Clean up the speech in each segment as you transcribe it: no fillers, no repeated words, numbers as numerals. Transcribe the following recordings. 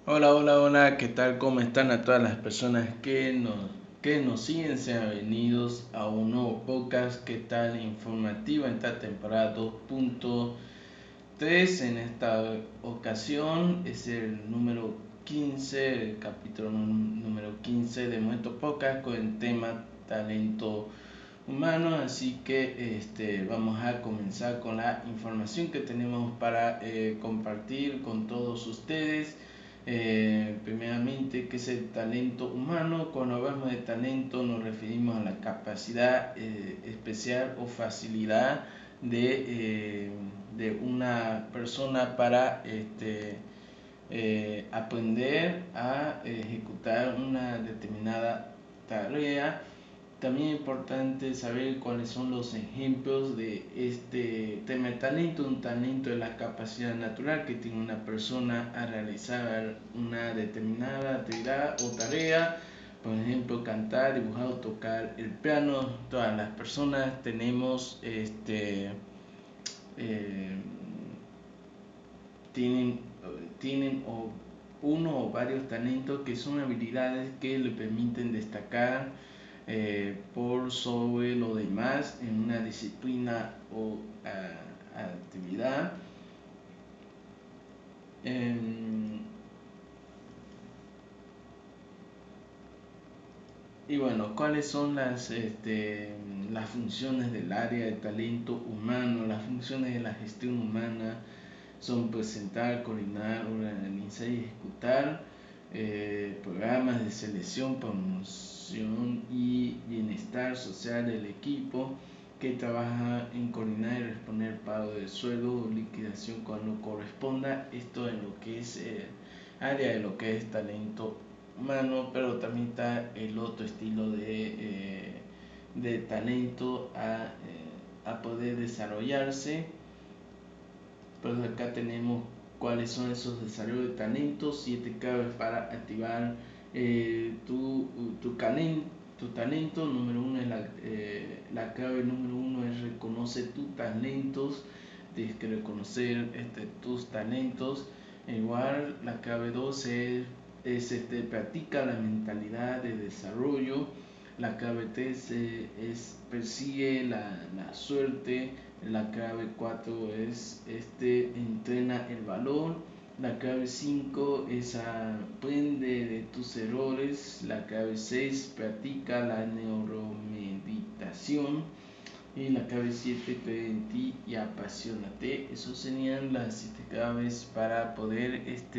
Hola, hola, hola, ¿qué tal? ¿Cómo están a todas las personas que nos siguen? Sean bienvenidos a un nuevo podcast. ¿Qué tal? Informativo en esta temporada 2.3. En esta ocasión es el número 15, el capítulo número 15 de nuestro podcast con el tema talento humano. Así que vamos a comenzar con la información que tenemos para compartir con todos ustedes. Primeramente, ¿qué es el talento humano? Cuando hablamos de talento nos referimos a la capacidad especial o facilidad de una persona para aprender a ejecutar una determinada tarea. También es importante saber cuáles son los ejemplos de este tema de talento. Un talento es la capacidad natural que tiene una persona a realizar una determinada actividad o tarea. Por ejemplo, cantar, dibujar o tocar el piano. Todas las personas tenemos eh, tienen, tienen uno o varios talentos que son habilidades que le permiten destacar por sobre lo demás en una disciplina o actividad. Em, y bueno, ¿cuáles son las funciones del área de talento humano? Las funciones de la gestión humana son presentar, coordinar, organizar y ejecutar programas de selección, promoción y bienestar social del equipo, que trabaja en coordinar y responder pago de sueldo o liquidación cuando corresponda. Esto en lo que es área de lo que es talento humano. Pero también está el otro estilo de talento a poder desarrollarse. Pues acá tenemos cuáles son esos desarrollos de talentos, 7 claves para activar tu talento. Número uno es la clave número uno es reconoce tus talentos. Tienes que reconocer tus talentos. Igual la clave 2 es practica la mentalidad de desarrollo. La clave 3 es persigue la suerte. La clave 4 es entrena el valor. La clave 5 es aprende de tus errores. La clave 6 practica la neuromeditación. Y la clave 7 cree en ti y apasionate. Esas serían las 7 claves para poder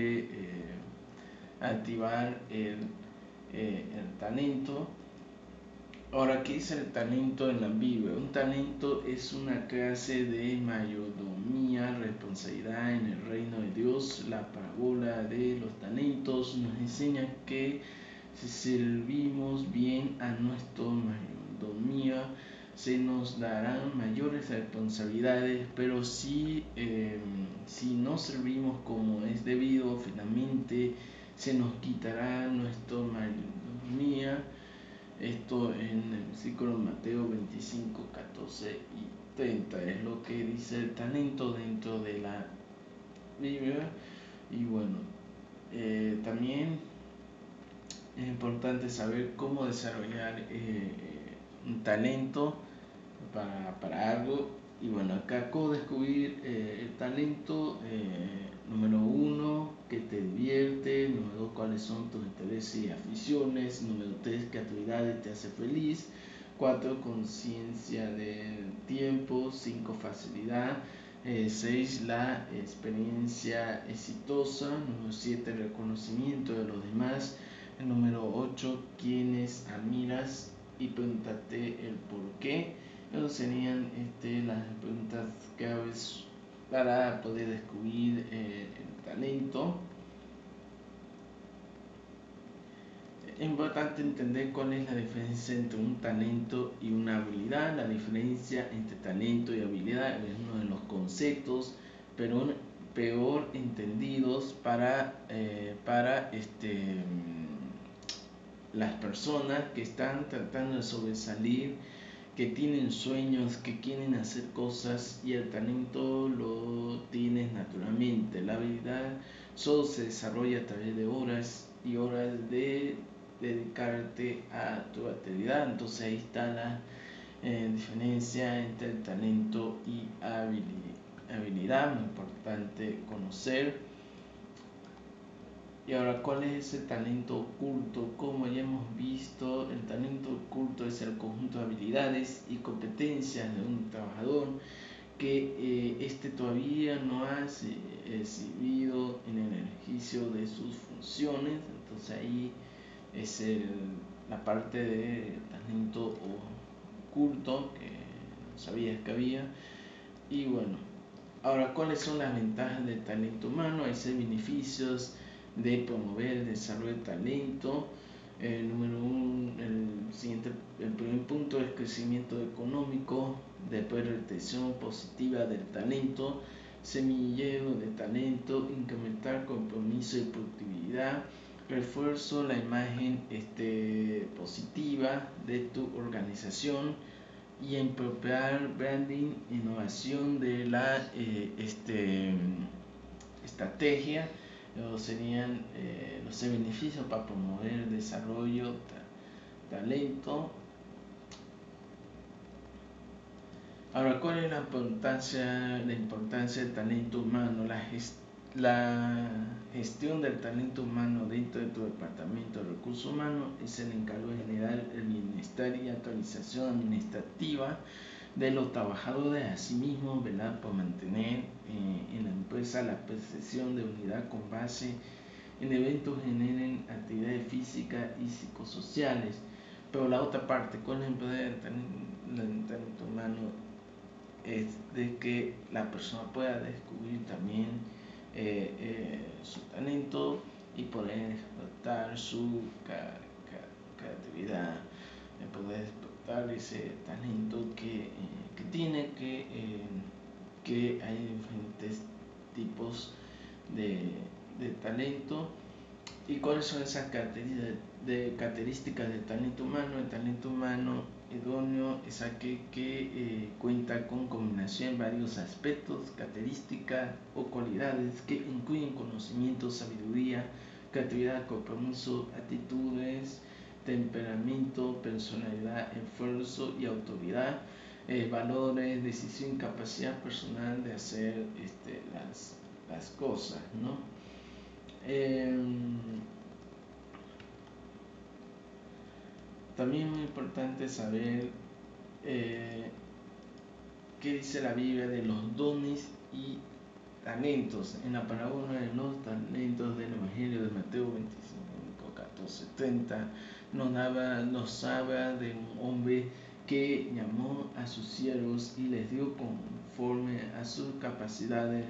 activar el talento. Ahora, ¿qué es el talento en la Biblia? Un talento es una clase de mayordomía, responsabilidad en el reino de Dios. La parábola de los talentos nos enseña que si servimos bien a nuestra mayordomía, se nos darán mayores responsabilidades. Pero si no servimos como es debido, finalmente se nos quitará nuestra mayordomía. Esto en el versículo Mateo 25, 14 y 30 es lo que dice el talento dentro de la Biblia. Y bueno, también es importante saber cómo desarrollar un talento para algo. Y bueno, acá cómo descubrir el talento. Número uno, que te divierte. Número dos, cuáles son tus intereses y aficiones. Número tres, qué actividades te hace feliz. Cuatro, conciencia del tiempo. Cinco, facilidad. 6, la experiencia exitosa. Número 7, el reconocimiento de los demás. El número 8, quienes admiras y pregúntate el por qué. Esas serían las preguntas claves para poder descubrir el talento. Es importante entender cuál es la diferencia entre un talento y una habilidad. La diferencia entre talento y habilidad es uno de los conceptos peor entendidos para las personas que están tratando de sobresalir, que tienen sueños, que quieren hacer cosas, y el talento lo tienes naturalmente. La habilidad solo se desarrolla a través de horas y horas de dedicarte a tu actividad. Entonces ahí está la diferencia entre el talento y habilidad, muy importante conocer. Y ahora, ¿cuál es ese talento oculto? Como ya hemos visto, el talento oculto es el conjunto de habilidades y competencias de un trabajador que éste todavía no ha recibido en el ejercicio de sus funciones. Entonces ahí es la parte de talento oculto que no sabías que había. Y bueno, ahora, ¿cuáles son las ventajas del talento humano? Hay 6 beneficios de promover el desarrollo del talento. Número uno, el primer punto es crecimiento económico, después retención positiva del talento, semillero de talento, incrementar compromiso y productividad, refuerzo la imagen positiva de tu organización, y empoderar branding, innovación de la estrategia. Serían los beneficios para promover desarrollo, talento. Ahora, ¿cuál es la importancia del talento humano? La gestión del talento humano dentro de tu departamento de recursos humanos es el encargo general del bienestar y actualización administrativa de los trabajadores. Asimismo, velar por mantener en la empresa la percepción de unidad con base en eventos que generen actividades físicas y psicosociales. Pero la otra parte, ¿cuál es el poder del talento humano? Es de que la persona pueda descubrir también su talento y poder explotar su creatividad, poder explotar ese talento que tiene, que hay diferentes tipos de talento. ¿Y cuáles son esas características del talento humano? El talento humano idóneo es aquel que cuenta con combinación de varios aspectos, características o cualidades que incluyen conocimiento, sabiduría, creatividad, compromiso, actitudes, temperamento, personalidad, esfuerzo y autoridad, valores, decisión, capacidad personal de hacer las cosas, ¿no? También es muy importante saber qué dice la Biblia de los dones y talentos. En la parábola de los talentos del Evangelio de Mateo 25, 14, 30, nos habla de un hombre que llamó a sus siervos y les dio conforme a sus capacidades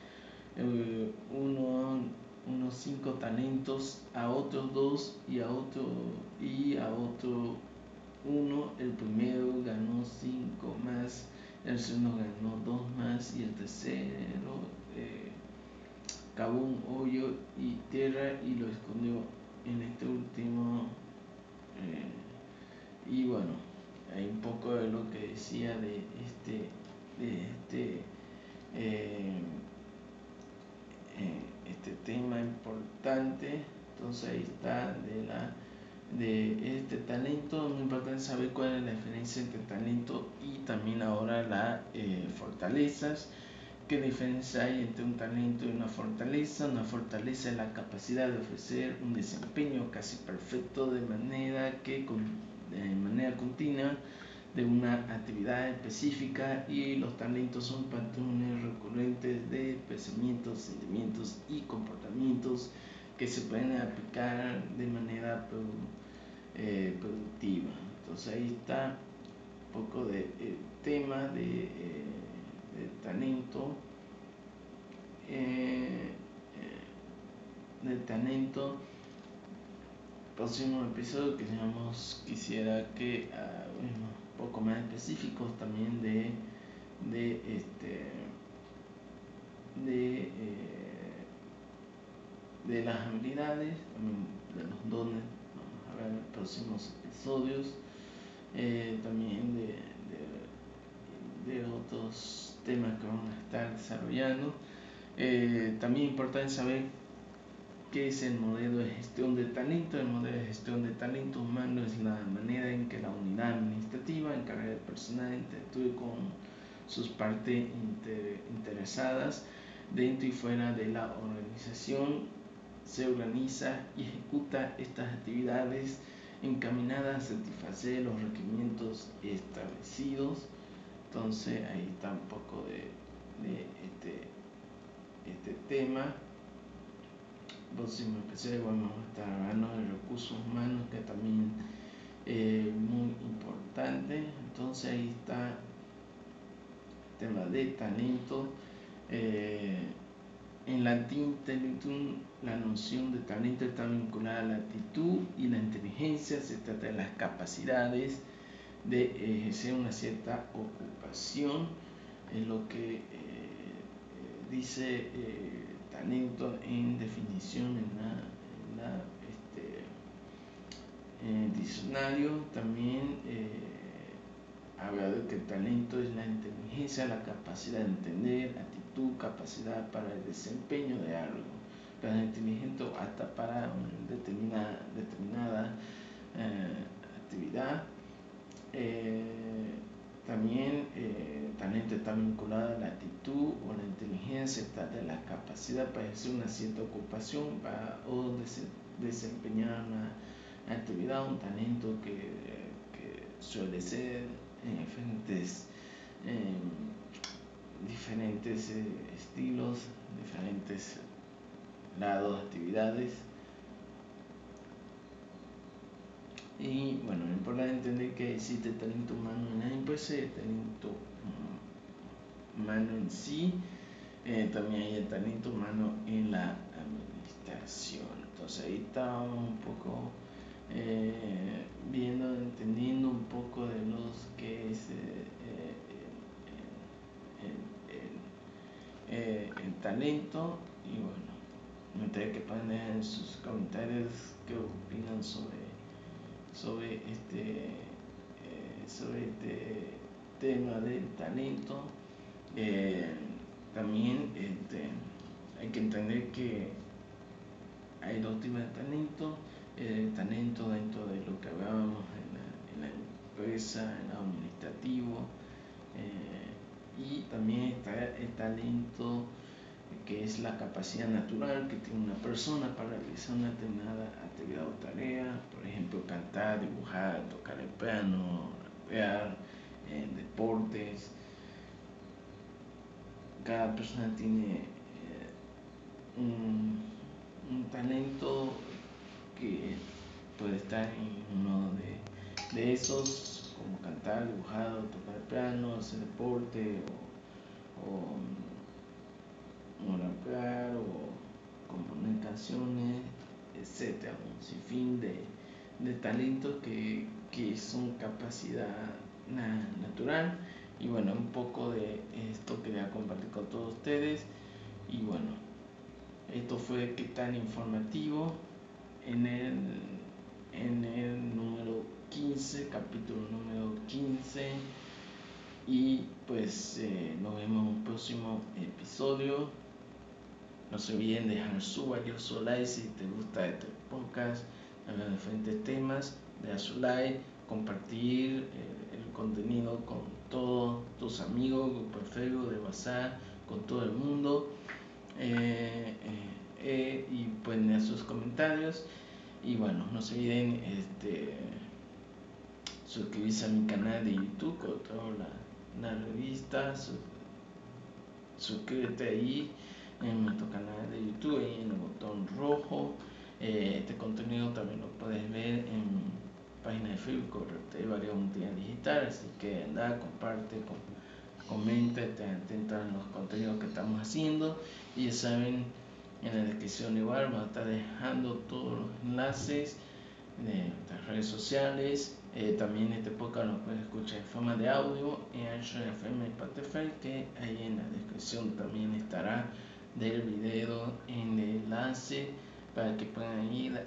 unos 5 talentos, a otros 2 y a otro 1. El primero ganó 5 más, el segundo ganó 2 más y el tercero cavó un hoyo y tierra y lo escondió en este último. Y bueno, hay un poco de lo que decía de eh, este tema importante. Entonces ahí está de este talento. Muy importante saber cuál es la diferencia entre talento y también ahora las fortalezas. ¿Qué diferencia hay entre un talento y una fortaleza? Una fortaleza es la capacidad de ofrecer un desempeño casi perfecto de manera continua de una actividad específica, y los talentos son patrones recurrentes de pensamientos, sentimientos y comportamientos que se pueden aplicar de manera productiva. Entonces ahí está un poco de tema de talento. De talento. Próximo episodio quisiera que un poco más específicos también de de las habilidades, también de los dones. Vamos a ver en próximos episodios, también de de otros temas que vamos a estar desarrollando. También es importante saber qué es el modelo de gestión de talento. El modelo de gestión de talento humano es la manera en que la unidad administrativa encargada de personal interactúe con sus partes interesadas dentro y fuera de la organización, se organiza y ejecuta estas actividades encaminadas a satisfacer los requerimientos establecidos. Entonces ahí está un poco de este tema. Próximo episodio vamos a estar hablando de recursos humanos, que también es muy importante. Entonces ahí está el tema de talento. En latín, talentum, la noción de talento está vinculada a la actitud y la inteligencia. Se trata de las capacidades de ejercer una cierta ocupación. Es lo que dice talento en definición en el diccionario. También habla de que el talento es la inteligencia, la capacidad de entender, actitud, capacidad para el desempeño de algo, pero inteligente hasta para una determinada actividad. También talento está vinculado a la actitud o la inteligencia, está de la capacidad para hacer una cierta ocupación o desempeñar una actividad, un talento que suele ser diferentes estilos, diferentes lados, actividades. Y bueno, es importante entender que existe talento humano en la empresa y el talento humano en sí. También hay el talento humano en la administración. Entonces ahí está un poco entendiendo un poco de los que es el talento. Y bueno, me gustaría que puedan dejar en sus comentarios qué opinan sobre este tema del talento. También hay que entender que hay dos tipos de talento. Talento dentro de lo que hablábamos en la empresa, en lo administrativo, y también está el talento que es la capacidad natural que tiene una persona para realizar una determinada actividad o tarea, por ejemplo cantar, dibujar, tocar el piano, rapear, deportes. Cada persona tiene un talento que puede estar en uno de esos, como cantar, dibujar, tocar el piano, hacer deporte o rapear o componer canciones, etcétera. Un sinfín de talentos que son capacidad natural. Y bueno, un poco de esto quería compartir con todos ustedes. Y bueno, esto fue Qué tan informativo en el número 15, capítulo número 15. Y pues nos vemos en un próximo episodio. No se olviden dejar su valioso like si te gusta este podcast, hablar de diferentes temas, dejar su like, compartir el contenido con todos tus amigos, grupos de Facebook, de WhatsApp, con todo el mundo. Y pueden dejar sus comentarios. Y bueno, no se olviden suscribirse a mi canal de YouTube, con toda la revista. Suscríbete ahí en nuestro canal de YouTube, ahí en el botón rojo. Este contenido también lo puedes ver en página de Facebook, de Variedad Multimedia Digital. Así que anda, comparte, comenta, te atenta a los contenidos que estamos haciendo. Y ya saben, en la descripción igual vamos a estar dejando todos los enlaces de nuestras redes sociales. También este podcast lo puedes escuchar en forma de audio en Anchor FM y Spotify, que ahí en la descripción también estará del video en el enlace para que puedan ir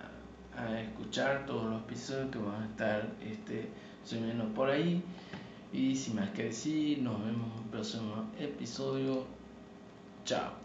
a escuchar todos los episodios que van a estar subiendo por ahí. Y sin más que decir, nos vemos en un próximo episodio. Chao.